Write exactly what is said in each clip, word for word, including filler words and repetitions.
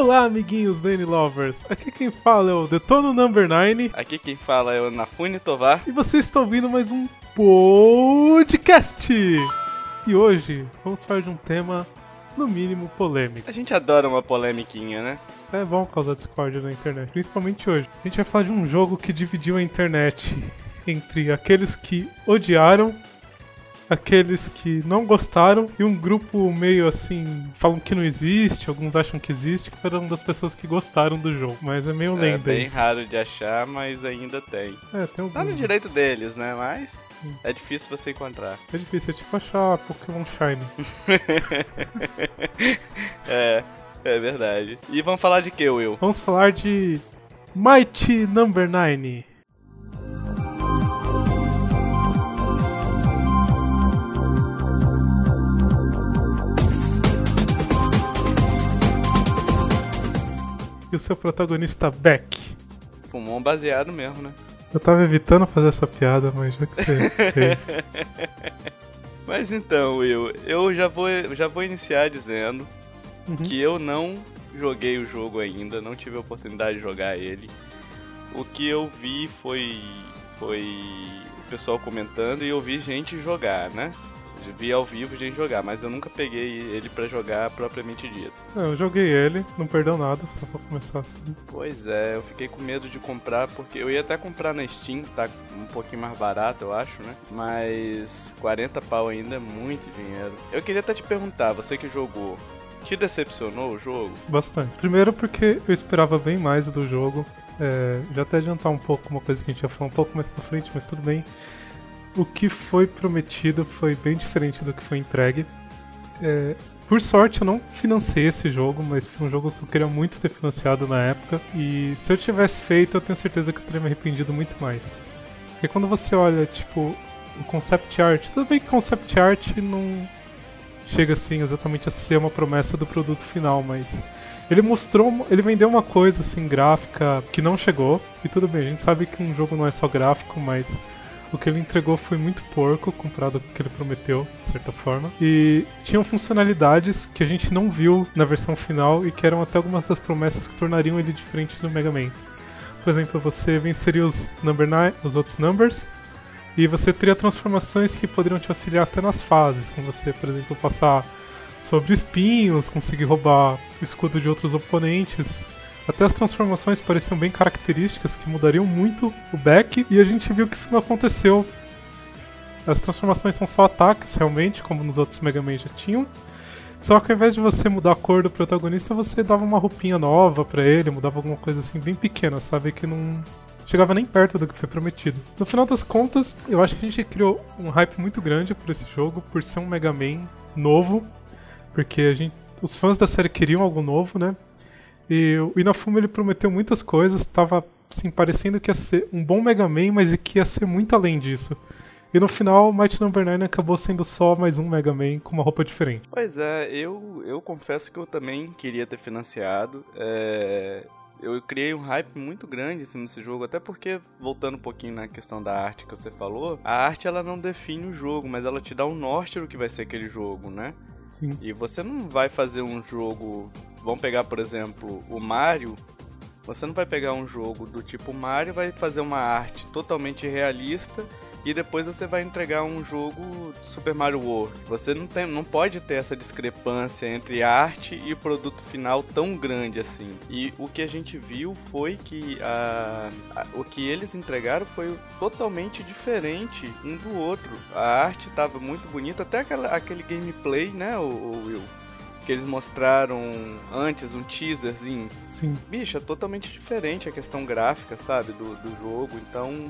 Olá, amiguinhos do N-Lovers! Aqui quem fala é o Detono Number nove. Aqui quem fala é o Nafune Tovar. E você está ouvindo mais um podcast! E hoje vamos falar de um tema, no mínimo, polêmico. A gente adora uma polemiquinha, né? É bom causar discórdia na internet, principalmente hoje. A gente vai falar de um jogo que dividiu a internet entre aqueles que odiaram, aqueles que não gostaram e um grupo meio assim, falam que não existe, alguns acham que existe, que foram das pessoas que gostaram do jogo, mas é meio lenda. É bem isso. raro de achar, mas ainda tem. É, tem algum... Tá no direito deles, né? Mas é difícil você encontrar. É difícil, é tipo achar Pokémon Shiny. é, é verdade. E vamos falar de que, Will? Vamos falar de Mighty Number nove. E o seu protagonista Beck. Fumou um baseado mesmo, né? Eu tava evitando fazer essa piada, mas já que você fez. Mas então, Will, eu já vou, já vou iniciar dizendo uhum. que eu não joguei o jogo ainda, não tive a oportunidade de jogar ele. O que eu vi foi, foi o pessoal comentando e eu vi gente jogar, né? Vi ao vivo gente jogar, mas eu nunca peguei ele pra jogar propriamente dito. É, eu joguei ele, não perdeu nada, só pra começar assim. Pois é, eu fiquei com medo de comprar, porque eu ia até comprar na Steam, que tá um pouquinho mais barato, eu acho, né? Mas quarenta pau ainda é muito dinheiro. Eu queria até te perguntar, você que jogou, te decepcionou o jogo? Bastante. Primeiro porque eu esperava bem mais do jogo. É, já até adiantar um pouco uma coisa que a gente ia falar um pouco mais pra frente, mas tudo bem. O que foi prometido foi bem diferente do que foi entregue. É, por sorte eu não financei esse jogo, mas foi um jogo que eu queria muito ter financiado na época. E se eu tivesse feito, eu tenho certeza que eu teria me arrependido muito mais. Porque quando você olha, tipo, o concept art, tudo bem que concept art não chega assim exatamente a ser uma promessa do produto final, mas ele mostrou, ele vendeu uma coisa assim gráfica que não chegou. E tudo bem, a gente sabe que um jogo não é só gráfico, mas o que ele entregou foi muito porco comparado com o que ele prometeu, de certa forma. E tinham funcionalidades que a gente não viu na versão final e que eram até algumas das promessas que tornariam ele diferente do Mega Man. Por exemplo, você venceria os, number nine, os outros numbers e você teria transformações que poderiam te auxiliar até nas fases, como você, por exemplo, passar sobre espinhos, conseguir roubar o escudo de outros oponentes. Até as transformações pareciam bem características, que mudariam muito o Beck, e a gente viu que isso não aconteceu. As transformações são só ataques, realmente, como nos outros Mega Man já tinham. Só que ao invés de você mudar a cor do protagonista, você dava uma roupinha nova pra ele, mudava alguma coisa assim bem pequena, sabe? Que não chegava nem perto do que foi prometido. No final das contas, eu acho que a gente criou um hype muito grande por esse jogo, por ser um Mega Man novo, porque a gente, os fãs da série queriam algo novo, né? E o Inafune ele prometeu muitas coisas, estava assim, parecendo que ia ser um bom Mega Man, mas que ia ser muito além disso. E no final, Mighty Number nove acabou sendo só mais um Mega Man com uma roupa diferente. Pois é, eu, eu confesso que eu também queria ter financiado. É, eu criei um hype muito grande assim, nesse jogo, até porque, voltando um pouquinho na questão da arte que você falou, a arte ela não define o jogo, mas ela te dá um norte do que vai ser aquele jogo, né? Sim. E você não vai fazer um jogo... Vamos pegar, por exemplo, o Mario. Você não vai pegar um jogo do tipo Mario e vai fazer uma arte totalmente realista e depois você vai entregar um jogo Super Mario World. Você não, tem, não pode ter essa discrepância entre a arte e o produto final tão grande assim. E o que a gente viu foi que a, a, o que eles entregaram foi totalmente diferente um do outro. A arte estava muito bonita, até aquela, aquele gameplay, né, o, o Will? Que eles mostraram antes, um teaserzinho. Sim. Bicho, é totalmente diferente a questão gráfica, sabe, do, do jogo. Então,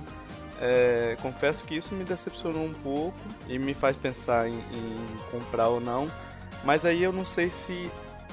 é, confesso que isso me decepcionou um pouco e me faz pensar em, em comprar ou não. Mas aí eu não sei se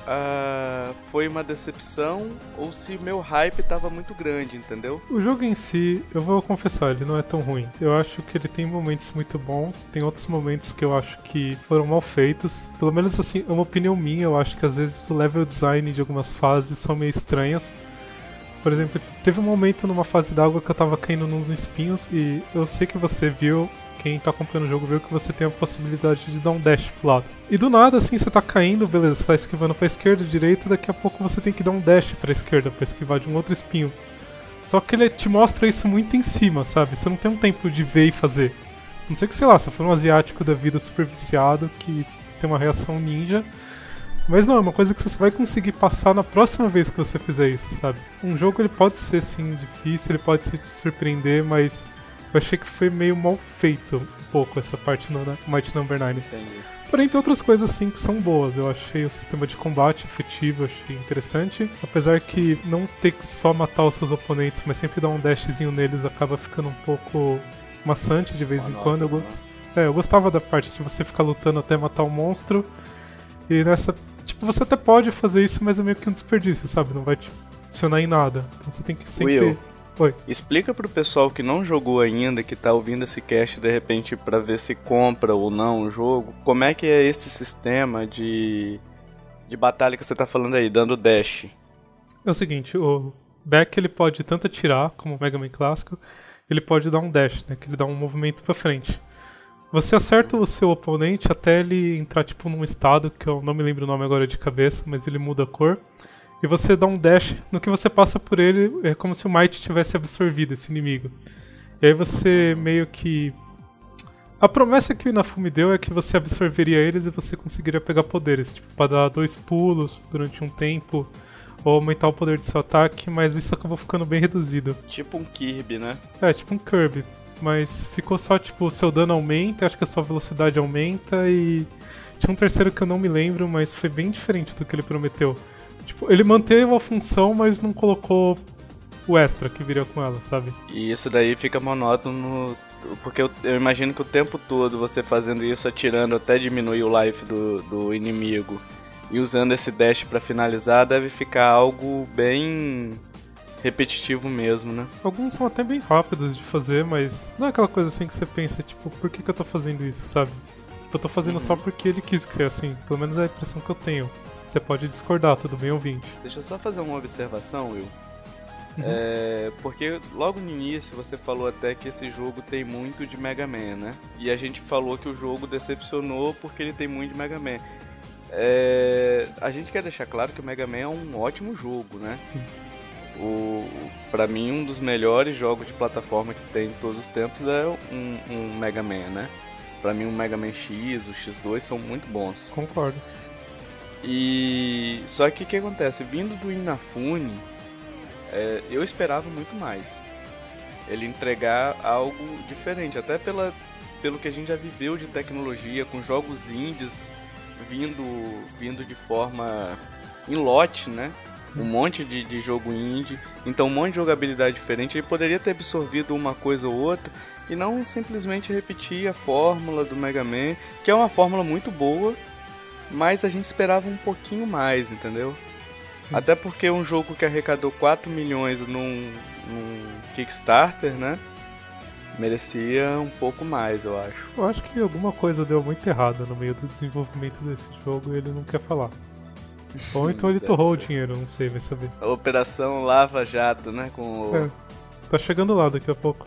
uh, foi uma decepção ou se meu hype estava muito grande, entendeu? O jogo em si, eu vou confessar, ele não é tão ruim. Eu acho que ele tem momentos muito bons, tem outros momentos que eu acho que foram mal feitos. Pelo menos assim, é uma opinião minha, eu acho que às vezes o level design de algumas fases são meio estranhas. Por exemplo, teve um momento numa fase d'água que eu tava caindo nos espinhos e eu sei que você viu quem tá acompanhando o jogo viu que você tem a possibilidade de dar um dash pro lado. E do nada, assim, você tá caindo, beleza, você tá esquivando pra esquerda, direita, daqui a pouco você tem que dar um dash pra esquerda pra esquivar de um outro espinho. Só que ele te mostra isso muito em cima, sabe? Você não tem um tempo de ver e fazer. Não sei que, sei lá, se for um asiático da vida super viciado que tem uma reação ninja. Mas não, é uma coisa que você vai conseguir passar na próxima vez que você fizer isso, sabe? Um jogo ele pode ser, sim, difícil, ele pode te surpreender, mas eu achei que foi meio mal feito um pouco essa parte no Mighty Number nove. Entendi. Porém, tem outras coisas sim que são boas. Eu achei o sistema de combate efetivo, achei interessante. Apesar que não ter que só matar os seus oponentes, mas sempre dar um dashzinho neles acaba ficando um pouco maçante de vez em quando. Eu, gost... é, eu gostava da parte de você ficar lutando até matar o monstro. E nessa... Tipo, você até pode fazer isso, mas é meio que um desperdício, sabe? Não vai te adicionar em nada. Então você tem que sempre... Will, Oi. Explica pro pessoal que não jogou ainda, que tá ouvindo esse cast de repente pra ver se compra ou não o jogo, como é que é esse sistema de, de batalha que você tá falando aí, dando dash? É o seguinte, o Beck ele pode tanto atirar, como o Mega Man clássico, ele pode dar um dash, né, que ele dá um movimento pra frente. Você acerta o seu oponente até ele entrar tipo num estado, que eu não me lembro o nome agora de cabeça, mas ele muda a cor. E você dá um dash, no que você passa por ele, é como se o Might tivesse absorvido esse inimigo. E aí você meio que... A promessa que o Inafune deu é que você absorveria eles e você conseguiria pegar poderes, tipo, pra dar dois pulos durante um tempo, ou aumentar o poder do seu ataque, mas isso acabou ficando bem reduzido. Tipo um Kirby, né? É, tipo um Kirby. Mas ficou só, tipo, o seu dano aumenta, acho que a sua velocidade aumenta e... Tinha um terceiro que eu não me lembro, mas foi bem diferente do que ele prometeu. Tipo, ele manteve a função, mas não colocou o extra que viria com ela, sabe? E isso daí fica monótono, porque eu, eu imagino que o tempo todo você fazendo isso, atirando até diminuir o life do, do inimigo e usando esse dash pra finalizar, deve ficar algo bem repetitivo mesmo, né? Alguns são até bem rápidos de fazer, mas não é aquela coisa assim que você pensa, tipo, por que, que eu tô fazendo isso, sabe? Tipo, eu tô fazendo uhum. só porque ele quis que seja assim, pelo menos é a impressão que eu tenho. Você pode discordar, tudo bem, ouvinte? Deixa eu só fazer uma observação, Will. Uhum. É, porque logo no início você falou até que esse jogo tem muito de Mega Man, né? E a gente falou que o jogo decepcionou porque ele tem muito de Mega Man. É, a gente quer deixar claro que o Mega Man é um ótimo jogo, né? Sim. O, pra mim, um dos melhores jogos de plataforma que tem em todos os tempos é um, um Mega Man, né? Pra mim, o Mega Man X, o X dois são muito bons. Concordo. E só que o que acontece? Vindo do Inafune, é, eu esperava muito mais. Ele entregar algo diferente, até pela, pelo que a gente já viveu de tecnologia, com jogos indies vindo, vindo de forma em lote, né? Um monte de, de jogo indie, então um monte de jogabilidade diferente. Ele poderia ter absorvido uma coisa ou outra e não simplesmente repetir a fórmula do Mega Man, que é uma fórmula muito boa, mas a gente esperava um pouquinho mais, entendeu? Sim. Até porque um jogo que arrecadou quatro milhões num, num Kickstarter, né? Merecia um pouco mais, eu acho. Eu acho que alguma coisa deu muito errada no meio do desenvolvimento desse jogo e ele não quer falar. Ou então ele torrou o dinheiro, não sei, vai saber. A Operação Lava Jato, né? Com o... É, tá chegando lá daqui a pouco.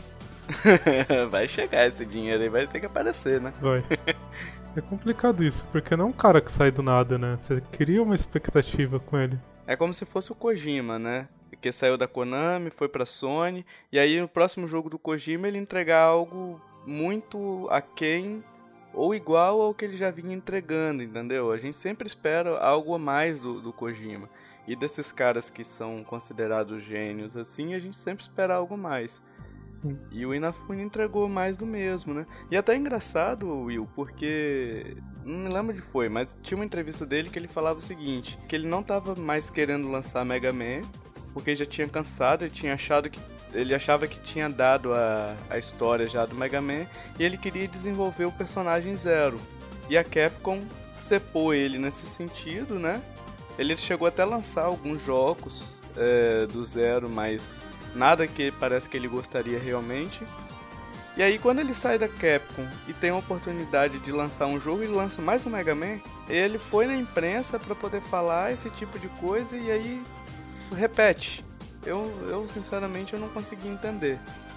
Vai chegar esse dinheiro aí, vai ter que aparecer, né? Vai. É complicado isso, porque não é um cara que sai do nada, né? Você cria uma expectativa com ele. É como se fosse o Kojima, né? Que saiu da Konami, foi pra Sony, e aí no próximo jogo do Kojima ele entregar algo muito aquém ou igual ao que ele já vinha entregando, entendeu? A gente sempre espera algo a mais do, do Kojima. E desses caras que são considerados gênios assim, a gente sempre espera algo mais. Sim. E o Inafune entregou mais do mesmo, né? E até é engraçado, Will, porque... não me lembro de foi, mas tinha uma entrevista dele que ele falava o seguinte, que ele não tava mais querendo lançar Mega Man, porque já tinha cansado, ele tinha achado que ele achava que tinha dado a, a história já do Mega Man e ele queria desenvolver o personagem Zero. E a Capcom cepou ele nesse sentido, né? Ele chegou até a lançar alguns jogos é, do Zero, mas nada que parece que ele gostaria realmente. E aí quando ele sai da Capcom e tem a oportunidade de lançar um jogo, ele lança mais um Mega Man, ele foi na imprensa para poder falar esse tipo de coisa e aí repete. Eu, eu sinceramente eu não consegui entender.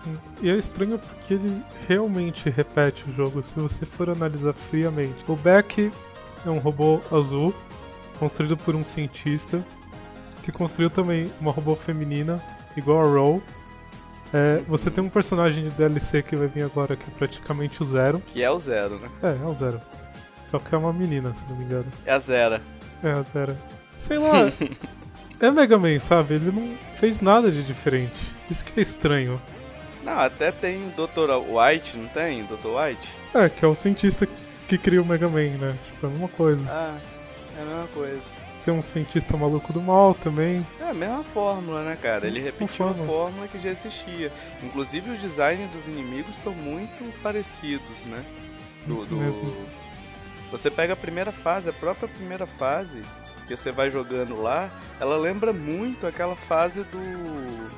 E é estranho porque ele realmente repete o jogo, se você for analisar friamente. O Beck é um robô azul, construído por um cientista, que construiu também uma robô feminina, igual a Ro. É, você tem um personagem de D L C que vai vir agora, que é praticamente o Zero. Que é o Zero, né? É, é o Zero. Só que é uma menina, se não me engano. É a Zera. É a Zero. Sei lá, é Mega Man, sabe? Ele não fez nada de diferente. Isso que é estranho. Não, até tem o doutor White, não tem? doutor White? É, que é o cientista que cria o Mega Man, né? Tipo, é a mesma coisa. Ah, é a mesma coisa. Tem um cientista maluco do mal também. É a mesma fórmula, né, cara? Ele repetiu a fórmula. fórmula que já existia. Inclusive, o design dos inimigos são muito parecidos, né? Do, do... Mesmo. Você pega a primeira fase, a própria primeira fase que você vai jogando lá, ela lembra muito aquela fase do...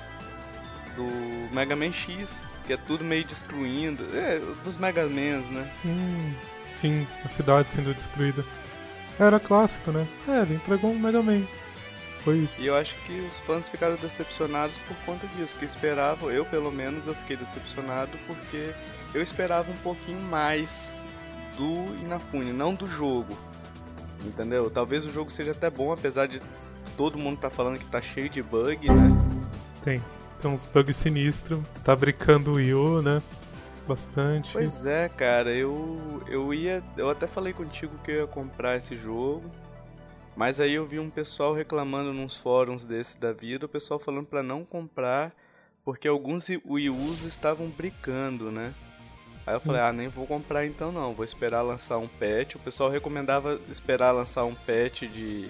do Mega Man X, que é tudo meio destruindo. É, dos Mega Mans, né? Hum, sim, a cidade sendo destruída. Era clássico, né? É, ele entregou um Mega Man. Foi isso. E eu acho que os fãs ficaram decepcionados por conta disso, que esperavam, eu pelo menos eu fiquei decepcionado porque eu esperava um pouquinho mais do Inafune, não do jogo, entendeu? Talvez o jogo seja até bom, apesar de todo mundo tá falando que tá cheio de bug, né? Tem. Tem uns bugs sinistros. Tá brincando o Wii U, né? Bastante. Pois é, cara, eu, eu ia. Eu até falei contigo que eu ia comprar esse jogo. Mas aí eu vi um pessoal reclamando nos fóruns desse da vida, o pessoal falando pra não comprar, porque alguns Wii Us estavam brincando, né? Aí eu Sim. falei, ah, nem vou comprar então não, vou esperar lançar um patch. O pessoal recomendava esperar lançar um patch de,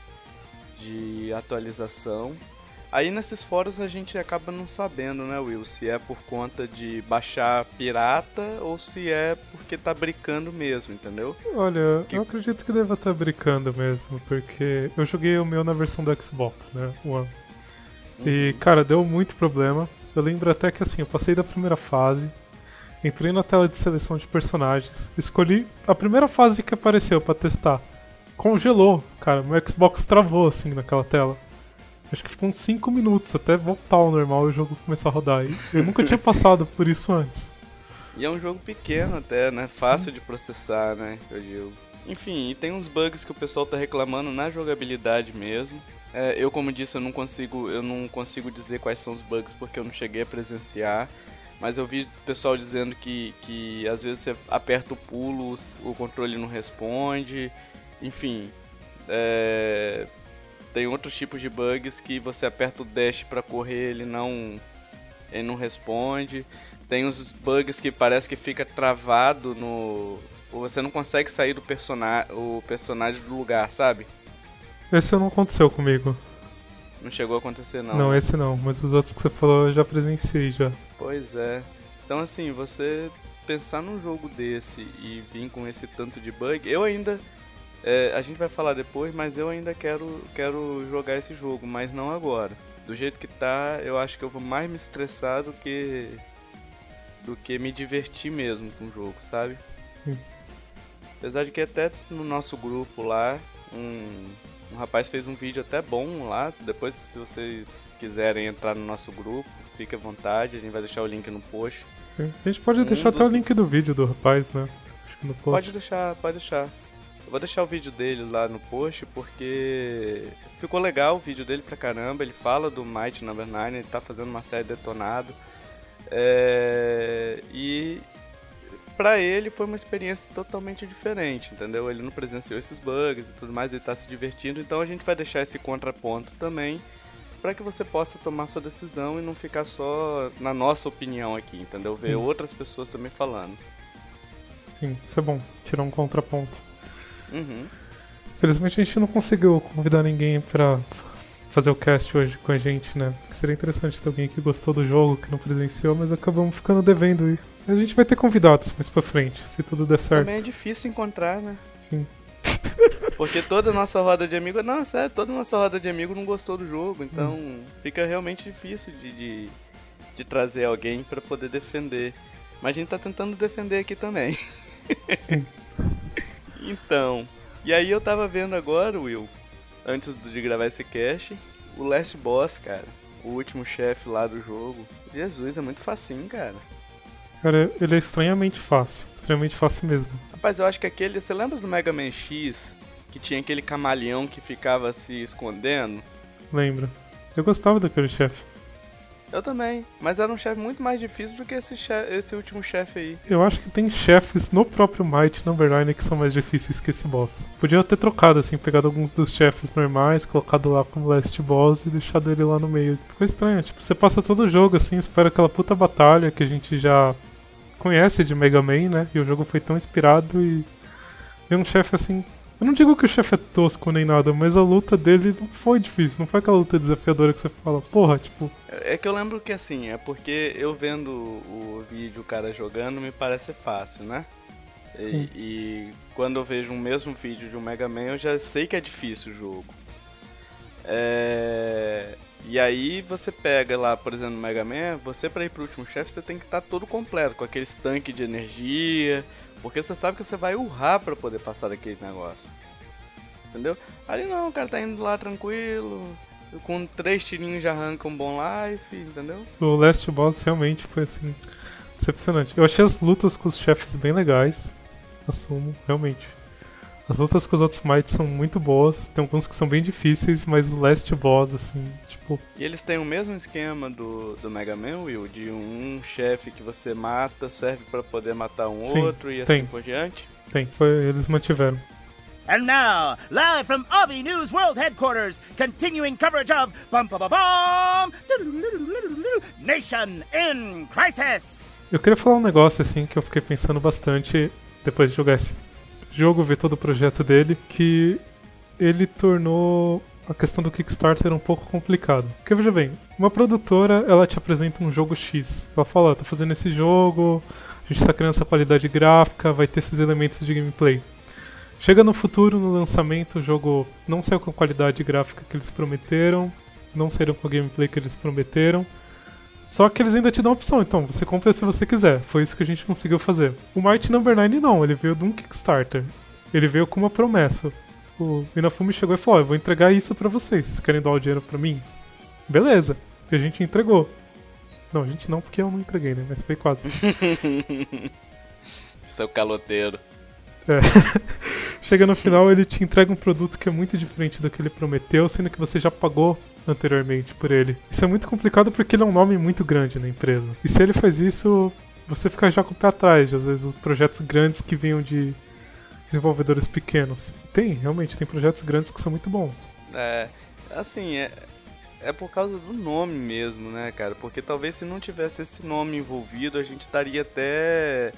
de atualização. Aí nesses fóruns a gente acaba não sabendo, né, Will, se é por conta de baixar pirata ou se é porque tá brincando mesmo, entendeu? Olha, Que- eu acredito que deva estar brincando mesmo, porque eu joguei o meu na versão do Xbox, né? One. E, cara, deu muito problema. Eu lembro até que assim, eu passei da primeira fase, entrei na tela de seleção de personagens, escolhi a primeira fase que apareceu pra testar. Congelou, cara, meu Xbox travou assim naquela tela. Acho que ficou uns cinco minutos até voltar ao normal e o jogo começar a rodar. E eu nunca tinha passado por isso antes. E é um jogo pequeno até, né? Fácil de processar, né? Eu digo. Enfim, e tem uns bugs que o pessoal tá reclamando na jogabilidade mesmo. É, eu, como disse, eu não consigo, eu não consigo dizer quais são os bugs porque eu não cheguei a presenciar. Mas eu vi o pessoal dizendo que, que às vezes você aperta o pulo, o controle não responde. Enfim, é... tem outros tipos de bugs que você aperta o dash pra correr, ele não, ele não responde. Tem uns bugs que parece que fica travado no... ou você não consegue sair do persona... o personagem do lugar, sabe? Esse não aconteceu comigo. Não chegou a acontecer não. Não, né? esse não, mas os outros que você falou eu já presenciei já. Pois é. Então assim, você pensar num jogo desse e vir com esse tanto de bug, eu ainda... É, a gente vai falar depois, mas eu ainda quero, quero jogar esse jogo, mas não agora. Do jeito que tá, eu acho que eu vou mais me estressar do que do que me divertir mesmo com o jogo, sabe? Sim. Apesar de que até no nosso grupo lá, um, um rapaz fez um vídeo até bom lá. Depois, se vocês quiserem entrar no nosso grupo, fique à vontade, a gente vai deixar o link no post. Sim. A gente pode Um deixar até o dos- link do vídeo do rapaz, né? Acho que no post. Pode deixar, pode deixar. Eu vou deixar o vídeo dele lá no post porque ficou legal o vídeo dele pra caramba. Ele fala do Might Number nove, ele tá fazendo uma série detonada. É... E pra ele foi uma experiência totalmente diferente, entendeu? Ele não presenciou esses bugs e tudo mais, ele tá se divertindo. Então a gente vai deixar esse contraponto também pra que você possa tomar sua decisão e não ficar só na nossa opinião aqui, entendeu? Ver Sim. outras pessoas também falando. Sim, isso é bom, tirar um contraponto. Uhum. Felizmente a gente não conseguiu convidar ninguém pra fazer o cast hoje com a gente, né? Porque seria interessante ter alguém que gostou do jogo, que não presenciou, mas acabamos ficando devendo. E a gente vai ter convidados mais pra frente, se tudo der certo. Também é difícil encontrar, né? Sim. Porque toda a nossa roda de amigo... Não, sério, toda a nossa roda de amigo não gostou do jogo. Então Hum. fica realmente difícil de, de, de trazer alguém pra poder defender. Mas a gente tá tentando defender aqui também. Sim. Então... E aí eu tava vendo agora, Will, antes de gravar esse cast, o Last Boss, cara. o último chefe lá do jogo. Jesus, é muito facinho, cara. Cara, ele é estranhamente fácil. Extremamente fácil mesmo. Rapaz, eu acho que aquele... Você lembra do Mega Man X? Que tinha aquele camaleão que ficava se escondendo? Lembra. Eu gostava daquele chefe. Eu também, mas era um chefe muito mais difícil do que esse, chefe, esse último chefe aí. Eu acho que tem chefes no próprio Might Number nine que são mais difíceis que esse boss. Podia ter trocado, assim, pegado alguns dos chefes normais, colocado lá como last boss e deixado ele lá no meio. Ficou estranho, tipo, você passa todo o jogo, assim, espera aquela puta batalha que a gente já conhece de Mega Man, né? E o jogo foi tão inspirado e vem um chefe assim... Eu não digo que o chefe é tosco nem nada, mas a luta dele não foi difícil, não foi aquela luta desafiadora que você fala, porra, tipo... É que eu lembro que assim, é porque eu vendo o vídeo, o cara jogando, me parece fácil, né? E, e quando eu vejo um mesmo vídeo de um Mega Man, eu já sei que é difícil o jogo. É... E aí você pega lá, por exemplo, no Mega Man, você pra ir pro último chefe, você tem que estar todo completo, com aqueles tanques de energia... Porque você sabe que você vai urrar pra poder passar daquele negócio. Entendeu? Ali não, o cara tá indo lá tranquilo. Com três tirinhos já arranca um bom life, entendeu? O Last Boss realmente foi assim... decepcionante. Eu achei as lutas com os chefes bem legais. Assumo, realmente. As lutas com os outros Mights são muito boas. Tem alguns que são bem difíceis, mas o Last Boss, assim, tipo... E eles têm o mesmo esquema do, do Mega Man, Will? De um chefe que você mata, serve pra poder matar um Sim, outro e tem. assim por diante? Tem, foi, eles mantiveram. And now, live from Avi News World Headquarters, continuing coverage of Bum Bum Bum Bum Nation in Crisis. Eu queria falar um negócio, assim, que eu fiquei pensando bastante depois de jogar esse jogo, ver todo o projeto dele, que ele tornou a questão do Kickstarter um pouco complicado. Porque, veja bem, uma produtora, ela te apresenta um jogo X. Ela fala, ó, tô fazendo esse jogo, a gente tá criando essa qualidade gráfica, vai ter esses elementos de gameplay. Chega no futuro, no lançamento, o jogo não saiu com a qualidade gráfica que eles prometeram, não saíram com a gameplay que eles prometeram. Só que eles ainda te dão a opção, então você compra se você quiser. Foi isso que a gente conseguiu fazer. O Might Number nine não, ele veio de um Kickstarter. Ele veio com uma promessa. O Inafune chegou e falou, ó, eu vou entregar isso pra vocês, vocês querem dar o dinheiro pra mim? Beleza, e a gente entregou. Não, a gente não, porque eu não entreguei, né, mas foi quase. Seu caloteiro. É. Chega no final, ele te entrega um produto que é muito diferente do que ele prometeu, sendo que você já pagou anteriormente por ele. Isso é muito complicado porque ele é um nome muito grande na empresa. E se ele faz isso, você fica já com o pé atrás, às vezes, os projetos grandes que venham de desenvolvedores pequenos. Tem, realmente, tem projetos grandes que são muito bons. É, assim, é, é por causa do nome mesmo, né, cara? Porque talvez se não tivesse esse nome envolvido, a gente estaria até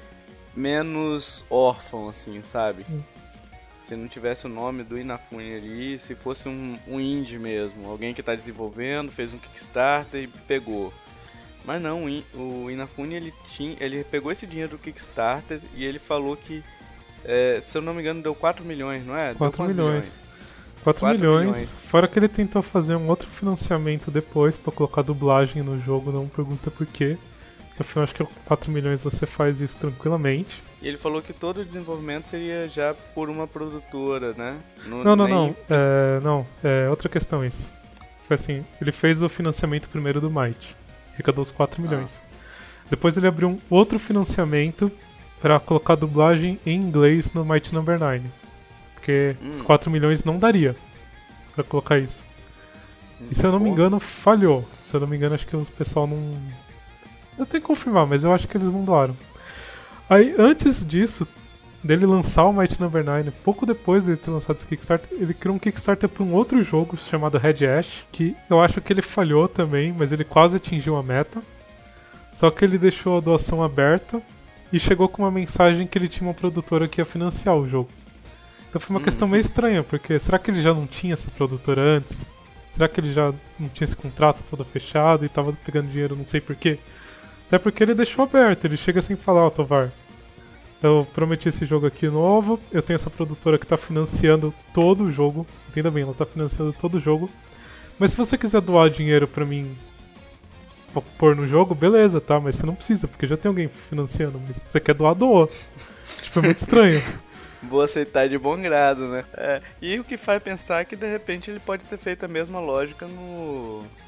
menos órfão, assim, sabe? Sim. Se não tivesse o nome do Inafune ali, se fosse um, um indie mesmo, alguém que tá desenvolvendo, fez um Kickstarter e pegou. Mas não, o Inafune, ele, tinha, ele pegou esse dinheiro do Kickstarter e ele falou que, é, se eu não me engano, deu quatro milhões, não é? quatro milhões. quatro milhões, fora que ele tentou fazer um outro financiamento depois pra colocar dublagem no jogo, não pergunta por quê. Afinal, acho que quatro milhões você faz isso tranquilamente. E ele falou que todo o desenvolvimento seria já por uma produtora, né? No, não, não, nem... não. É, não, é outra questão isso. Foi assim, ele fez o financiamento primeiro do Might. Arrecadou os quatro milhões. Ah. Depois ele abriu um outro financiamento para colocar dublagem em inglês no Might Number nine. Porque hum. os quatro milhões não daria para colocar isso. Hum, e se eu não pô. me engano, falhou. Se eu não me engano, acho que o pessoal não... Eu tenho que confirmar, mas eu acho que eles não doaram. Aí, antes disso, dele lançar o Might Number nine, pouco depois dele ter lançado esse Kickstarter, ele criou um Kickstarter para um outro jogo chamado Red Ash, que eu acho que ele falhou também, mas ele quase atingiu a meta. Só que ele deixou a doação aberta e chegou com uma mensagem que ele tinha uma produtora que ia financiar o jogo. Então foi uma hum. questão meio estranha, porque será que ele já não tinha essa produtora antes? Será que ele já não tinha esse contrato todo fechado e estava pegando dinheiro não sei porquê? Até porque ele deixou aberto, ele chega assim e fala, ó, oh, Tovar, eu prometi esse jogo aqui novo, eu tenho essa produtora que tá financiando todo o jogo, entenda bem, ela tá financiando todo o jogo, mas se você quiser doar dinheiro pra mim pra pôr no jogo, beleza, tá, mas você não precisa, porque já tem alguém financiando, mas se você quer doar, doa. Tipo, é muito estranho. Vou aceitar de bom grado, né? É, e o que faz pensar que de repente ele pode ter feito a mesma lógica no...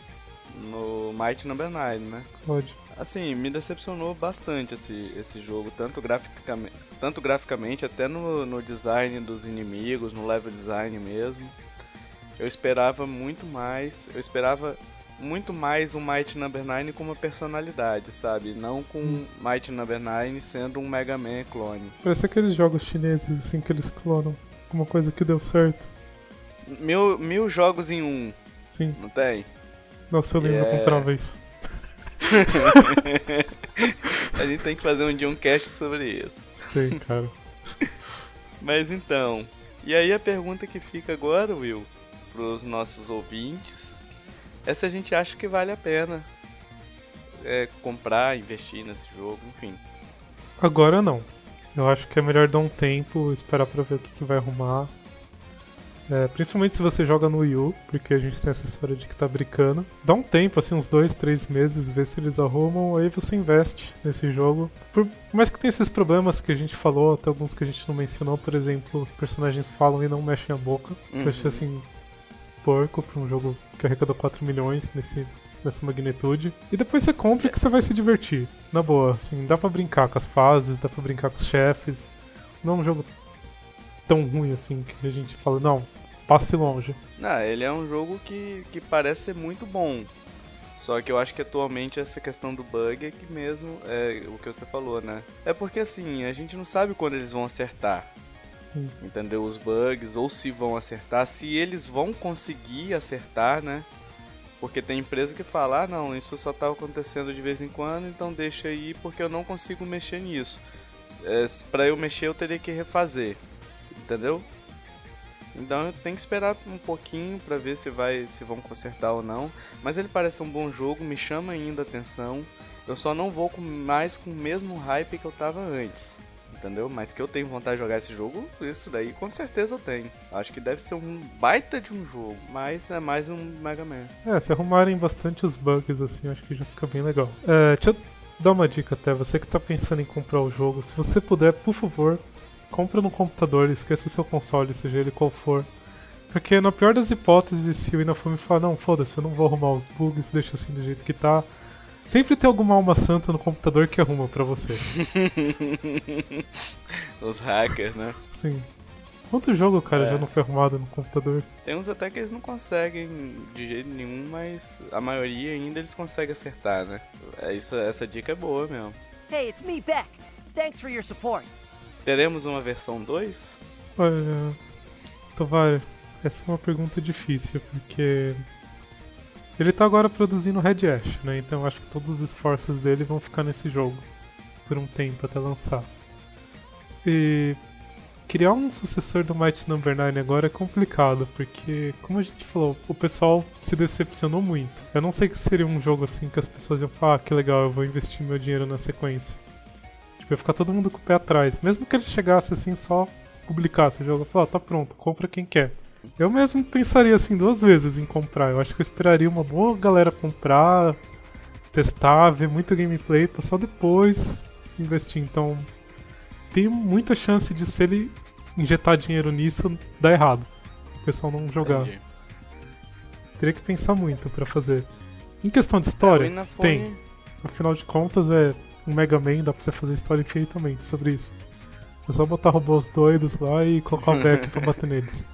no Might Number nove, né? Pode. Assim, me decepcionou bastante esse, esse jogo, tanto graficamente, tanto graficamente até no, no design dos inimigos, no level design mesmo. Eu esperava muito mais, eu esperava muito mais um Might Number nove com uma personalidade, sabe? Não com hum. Might Number nove sendo um Mega Man clone. Parece aqueles jogos chineses assim que eles clonam, uma coisa que deu certo. Mil, mil jogos em um. Sim. Não tem? Nossa, eu lembro, yeah. eu comprava isso. A gente tem que fazer um dia um cast sobre isso. Sim, cara. Mas então, e aí a pergunta que fica agora, Will, pros nossos ouvintes, é se a gente acha que vale a pena é, comprar, investir nesse jogo, enfim. Agora não. Eu acho que é melhor dar um tempo, esperar pra ver o que, que vai arrumar. É, principalmente se você joga no Wii U, porque a gente tem essa história de que tá brincando. Dá um tempo, assim, uns dois, três meses, ver se eles arrumam, aí você investe nesse jogo. Por mais que tenha esses problemas que a gente falou, até alguns que a gente não mencionou, por exemplo, os personagens falam e não mexem a boca. Uhum. Eu achei assim, porco pra um jogo que arrecadou quatro milhões nesse, nessa magnitude. E depois você compra que você vai se divertir. Na boa, assim, dá pra brincar com as fases, dá pra brincar com os chefes. Não é um jogo tão ruim assim que a gente fala, não, passe longe. Não, ele é um jogo que, que parece ser muito bom. Só que eu acho que atualmente essa questão do bug é que mesmo é o que você falou, né? É porque assim, a gente não sabe quando eles vão acertar. Sim. Entendeu? Os bugs, ou se vão acertar, se eles vão conseguir acertar, né? Porque tem empresa que fala, ah não, isso só tá acontecendo de vez em quando, então deixa aí porque eu não consigo mexer nisso. É, pra eu mexer eu teria que refazer. Entendeu? Então eu tenho que esperar um pouquinho pra ver se vai, se vão consertar ou não. Mas ele parece um bom jogo, me chama ainda a atenção. Eu só não vou com, mais com o mesmo hype que eu tava antes. Entendeu? Mas que eu tenho vontade de jogar esse jogo, isso daí com certeza eu tenho. Acho que deve ser um baita de um jogo, mas é mais um Mega Man. É, se arrumarem bastante os bugs assim, acho que já fica bem legal. É, deixa eu dar uma dica até, você que tá pensando em comprar o jogo, se você puder, por favor, compra no computador, esqueça o seu console, seja ele qual for. Porque na pior das hipóteses, se o Inafune falar, não, foda-se, eu não vou arrumar os bugs, deixa assim do jeito que tá. Sempre tem alguma alma santa no computador que arruma pra você. Os hackers, né? Sim. Quanto jogo, cara, é. já não foi arrumado no computador? Tem uns até que eles não conseguem de jeito nenhum, mas a maioria ainda eles conseguem acertar, né? É isso, essa dica é boa mesmo. Hey, it's me, Beck. Thanks for your support. Teremos uma versão dois? Olha, Tovar, essa é uma pergunta difícil, porque ele tá agora produzindo Red Ash, né? Então eu acho que todos os esforços dele vão ficar nesse jogo por um tempo até lançar. E criar um sucessor do Might Number nove agora é complicado, porque, como a gente falou, o pessoal se decepcionou muito. Eu não sei que seria um jogo assim que as pessoas iam falar, ah, que legal, eu vou investir meu dinheiro na sequência. Tipo, ia ficar todo mundo com o pé atrás. Mesmo que ele chegasse assim, só publicasse o jogo e falasse, ah, tá pronto, compra quem quer. Eu mesmo pensaria assim duas vezes em comprar. Eu acho que eu esperaria uma boa galera comprar, testar, ver muito gameplay, pra só depois investir. Então, tem muita chance de, se ele injetar dinheiro nisso, dar errado. O pessoal não jogar. Entendi. Teria que pensar muito pra fazer. Em questão de história, é, tem. Afinal de contas, é um Mega Man, dá pra você fazer história infinitamente sobre isso. É só botar robôs doidos lá e colocar o Beck pra bater neles.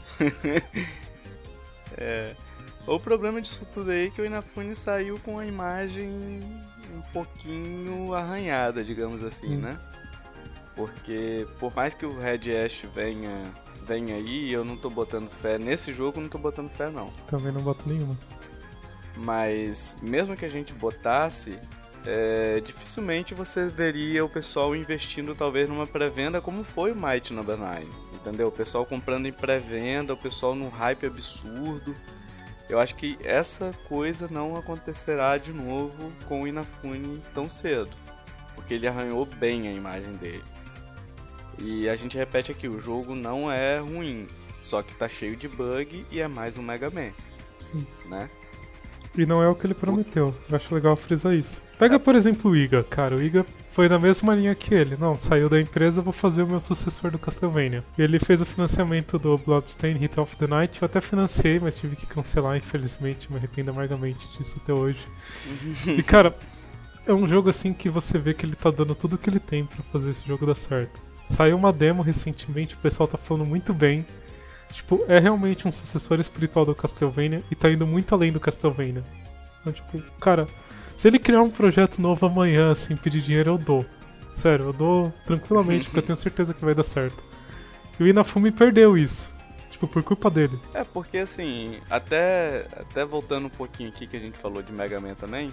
É. O problema disso tudo aí é que o Inafune saiu com a imagem um pouquinho arranhada, digamos assim, hum. né? Porque por mais que o Red Ash venha, venha aí, eu não tô botando fé. Nesse jogo eu não tô botando fé não. Também não boto nenhuma. Mas mesmo que a gente botasse, é, dificilmente você veria o pessoal investindo talvez numa pré-venda como foi o Might Number nove. Entendeu? O pessoal comprando em pré-venda, o pessoal num hype absurdo. Eu acho que essa coisa não acontecerá de novo com o Inafune tão cedo. Porque ele arranhou bem a imagem dele. E a gente repete aqui, o jogo não é ruim. Só que tá cheio de bug e é mais um Mega Man. Sim. Né? E não é o que ele prometeu. Eu acho legal frisar isso. Pega, por exemplo, o Iga. Cara, o Iga foi na mesma linha que ele. Não, saiu da empresa, vou fazer o meu sucessor do Castlevania. Ele fez o financiamento do Bloodstained Hit of the Night. Eu até financiei, mas tive que cancelar, infelizmente. Me arrependo amargamente disso até hoje. E cara, é um jogo assim que você vê que ele tá dando tudo o que ele tem pra fazer esse jogo dar certo. Saiu uma demo recentemente, o pessoal tá falando muito bem. Tipo, é realmente um sucessor espiritual do Castlevania e tá indo muito além do Castlevania. Então, tipo, cara, se ele criar um projeto novo amanhã, assim, pedir dinheiro, eu dou. Sério, eu dou tranquilamente, porque eu tenho certeza que vai dar certo. E o Inafune perdeu isso. Tipo, por culpa dele. É, porque assim, até, até voltando um pouquinho aqui que a gente falou de Mega Man também,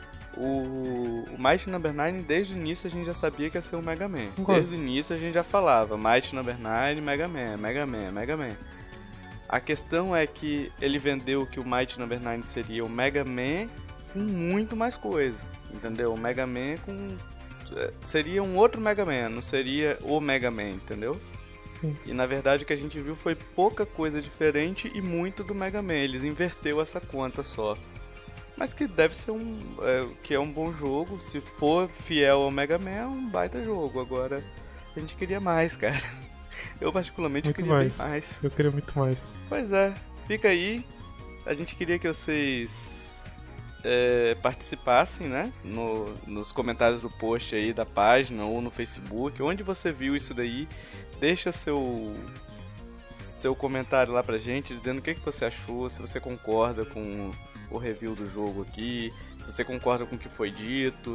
o, o Mighty Number nine, desde o início a gente já sabia que ia ser um Mega Man. Concordo. Desde o início a gente já falava Mighty Number nine, Mega Man, Mega Man, Mega Man. A questão é que ele vendeu que o Mighty Number nine seria o Mega Man com muito mais coisa, entendeu? O Mega Man com... seria um outro Mega Man, não seria o Mega Man, entendeu? Sim. E na verdade o que a gente viu foi pouca coisa diferente e muito do Mega Man. Eles inverteu essa conta só. Mas que deve ser um... É, que é um bom jogo. Se for fiel ao Mega Man, é um baita jogo. Agora, a gente queria mais, cara. Eu particularmente Muito queria mais. bem mais. Eu queria muito mais. Pois é, fica aí. A gente queria que vocês... É, participassem, né, no, nos comentários do post aí da página ou no Facebook, onde você viu isso daí, deixa seu seu comentário lá pra gente, dizendo o que, que você achou, se você concorda com o review do jogo aqui, se você concorda com o que foi dito,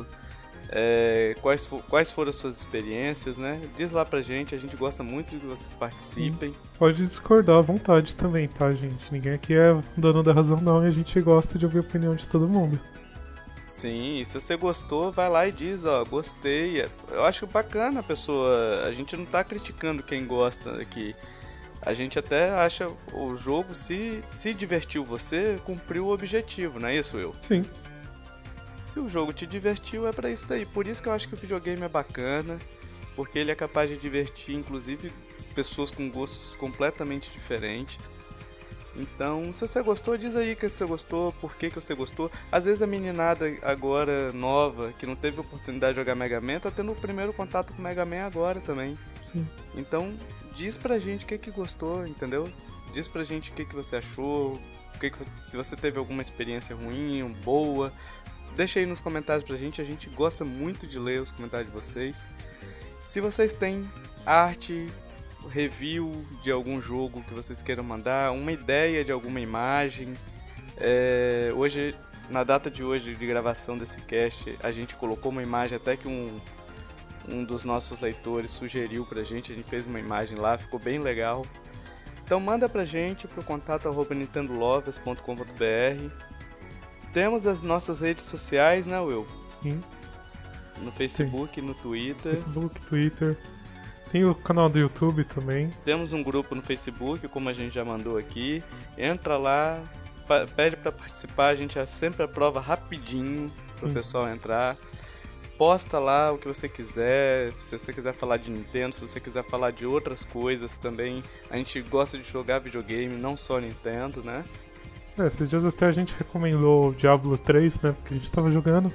é, quais, for, quais foram as suas experiências, né, diz lá pra gente, a gente gosta muito de que vocês participem. Sim. Pode discordar à vontade também, tá, gente? Ninguém aqui é dono da razão não e a gente gosta de ouvir a opinião de todo mundo. Sim, e se você gostou, vai lá e diz, ó, gostei. Eu acho bacana a pessoa, a gente não tá criticando quem gosta aqui. A gente até acha o jogo, se, se divertiu você, cumpriu o objetivo, não é isso, Will? Sim. Se o jogo te divertiu, é pra isso daí. Por isso que eu acho que o videogame é bacana, porque ele é capaz de divertir, inclusive, pessoas com gostos completamente diferentes. Então, se você gostou, diz aí que você gostou, por que, que você gostou. Às vezes a meninada agora, nova, que não teve oportunidade de jogar Mega Man, tá tendo o primeiro contato com Mega Man agora também. Sim. Então, diz pra gente o que que gostou, entendeu? Diz pra gente o que que você achou, o que que você, se você teve alguma experiência ruim, boa. Deixa aí nos comentários pra gente, a gente gosta muito de ler os comentários de vocês. Se vocês têm arte, review de algum jogo que vocês queiram mandar, uma ideia de alguma imagem, é, hoje, na data de hoje de gravação desse cast, a gente colocou uma imagem até que um, um dos nossos leitores sugeriu pra gente, a gente fez uma imagem lá, ficou bem legal. Então manda pra gente pro contato arroba nintendo lovers ponto com ponto b r. Temos as nossas redes sociais, né, Will? Sim. No Facebook, Sim. no Twitter. Facebook, Twitter. Tem o canal do YouTube também. Temos um grupo no Facebook, como a gente já mandou aqui. Entra lá, pede pra participar, a gente sempre aprova rapidinho pro pessoal entrar. Posta lá o que você quiser, se você quiser falar de Nintendo, se você quiser falar de outras coisas também. A gente gosta de jogar videogame, não só Nintendo, né? É, esses dias até a gente recomendou o Diablo três, né, porque a gente tava jogando.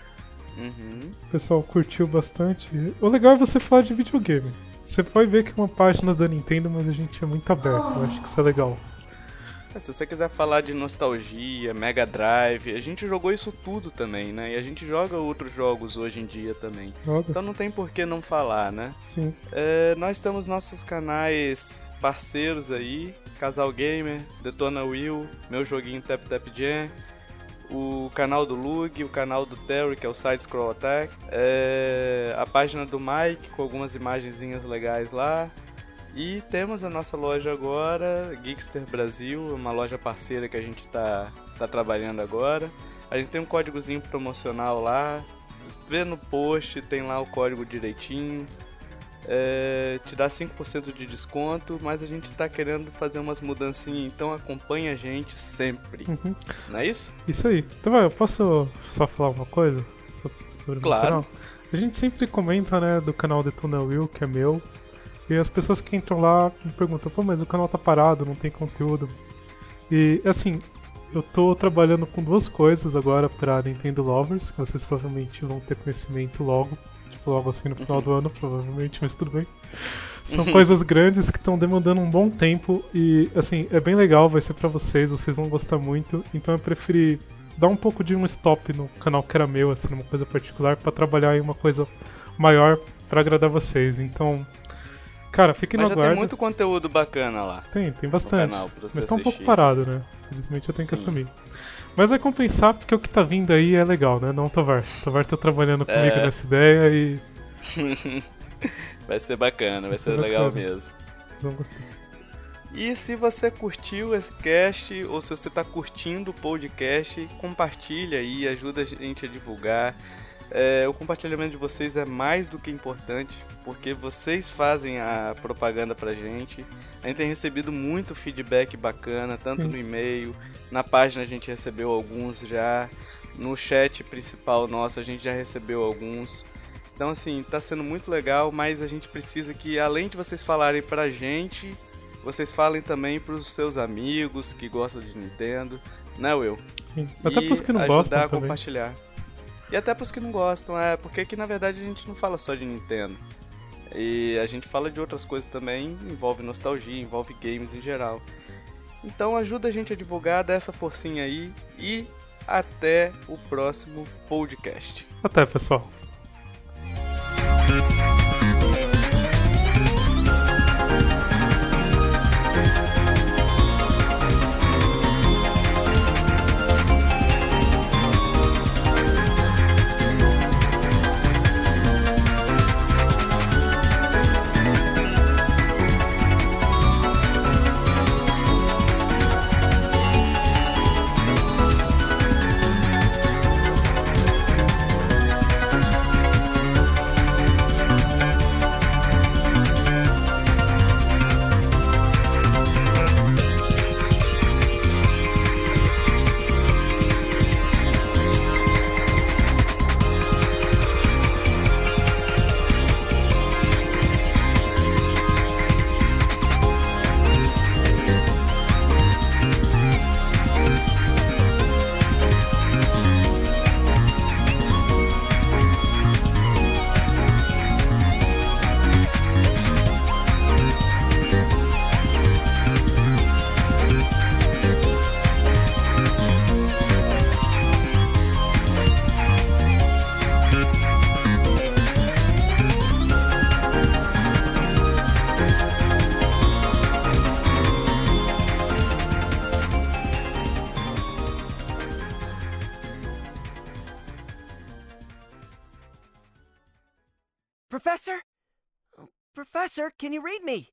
Uhum. O pessoal curtiu bastante. O legal é você falar de videogame. Você vai ver que é uma página da Nintendo, mas a gente é muito aberto, eu acho que isso é legal. É, se você quiser falar de nostalgia, Mega Drive, a gente jogou isso tudo também, né? E a gente joga outros jogos hoje em dia também. Joga. Então não tem por que não falar, né? Sim. É, nós temos nossos canais parceiros aí, Casal Gamer, Detona Will, meu joguinho Tap Tap Jam, o canal do Lug, o canal do Terry, que é o Side Scroll Attack, é, a página do Mike com algumas imagenzinhas legais lá. E temos a nossa loja agora, Geekster Brasil, uma loja parceira que a gente tá, tá trabalhando agora. A gente tem um códigozinho promocional lá, vê no post, tem lá o código direitinho. É, te dá cinco por cento de desconto, mas a gente tá querendo fazer umas mudancinhas, então acompanha a gente sempre. Uhum. Não é isso? Isso aí. Então, eu posso só falar uma coisa? Sobre claro. O canal? A gente sempre comenta, né, do canal Detona Will, que é meu. E as pessoas que entram lá me perguntam, pô, mas o canal tá parado, não tem conteúdo. E, assim, eu tô trabalhando com duas coisas agora pra Nintendo Lovers, que vocês provavelmente vão ter conhecimento logo. logo assim no final do ano, provavelmente, mas tudo bem. São coisas grandes que estão demandando um bom tempo e, assim, é bem legal, vai ser pra vocês, vocês vão gostar muito, então eu preferi dar um pouco de um stop no canal que era meu, assim, numa coisa particular, pra trabalhar em uma coisa maior pra agradar vocês, então... Cara, fiquem no Mas já aguardo. tem muito conteúdo bacana lá. Tem, tem bastante. Canal pra você mas tá um pouco assistir. parado, né? Infelizmente eu tenho que Sim. assumir. Mas vai compensar porque o que tá vindo aí é legal, né? Não o Tovar. O Tovar tá trabalhando comigo É. nessa ideia e... Vai ser bacana, vai, Vai ser, ser legal bacana. mesmo. Vocês vão gostar. E se você curtiu esse cast, ou se você tá curtindo o podcast, compartilha aí, ajuda a gente a divulgar. É, o compartilhamento de vocês é mais do que importante, porque vocês fazem a propaganda pra gente. A gente tem recebido muito feedback bacana, tanto Sim. no e-mail, na página a gente recebeu alguns já, no chat principal nosso a gente já recebeu alguns. Então assim, tá sendo muito legal, mas a gente precisa que, além de vocês falarem pra gente, vocês falem também pros seus amigos que gostam de Nintendo, né, Will? Sim. Até E pros que não ajudar gostam a também. compartilhar. E até pros que não gostam, é, porque aqui na verdade a gente não fala só de Nintendo. E a gente fala de outras coisas também, envolve nostalgia, envolve games em geral. Então ajuda a gente a divulgar, dá essa forcinha aí e até o próximo podcast. Até, pessoal. Professor? Oh, Professor, can you read me?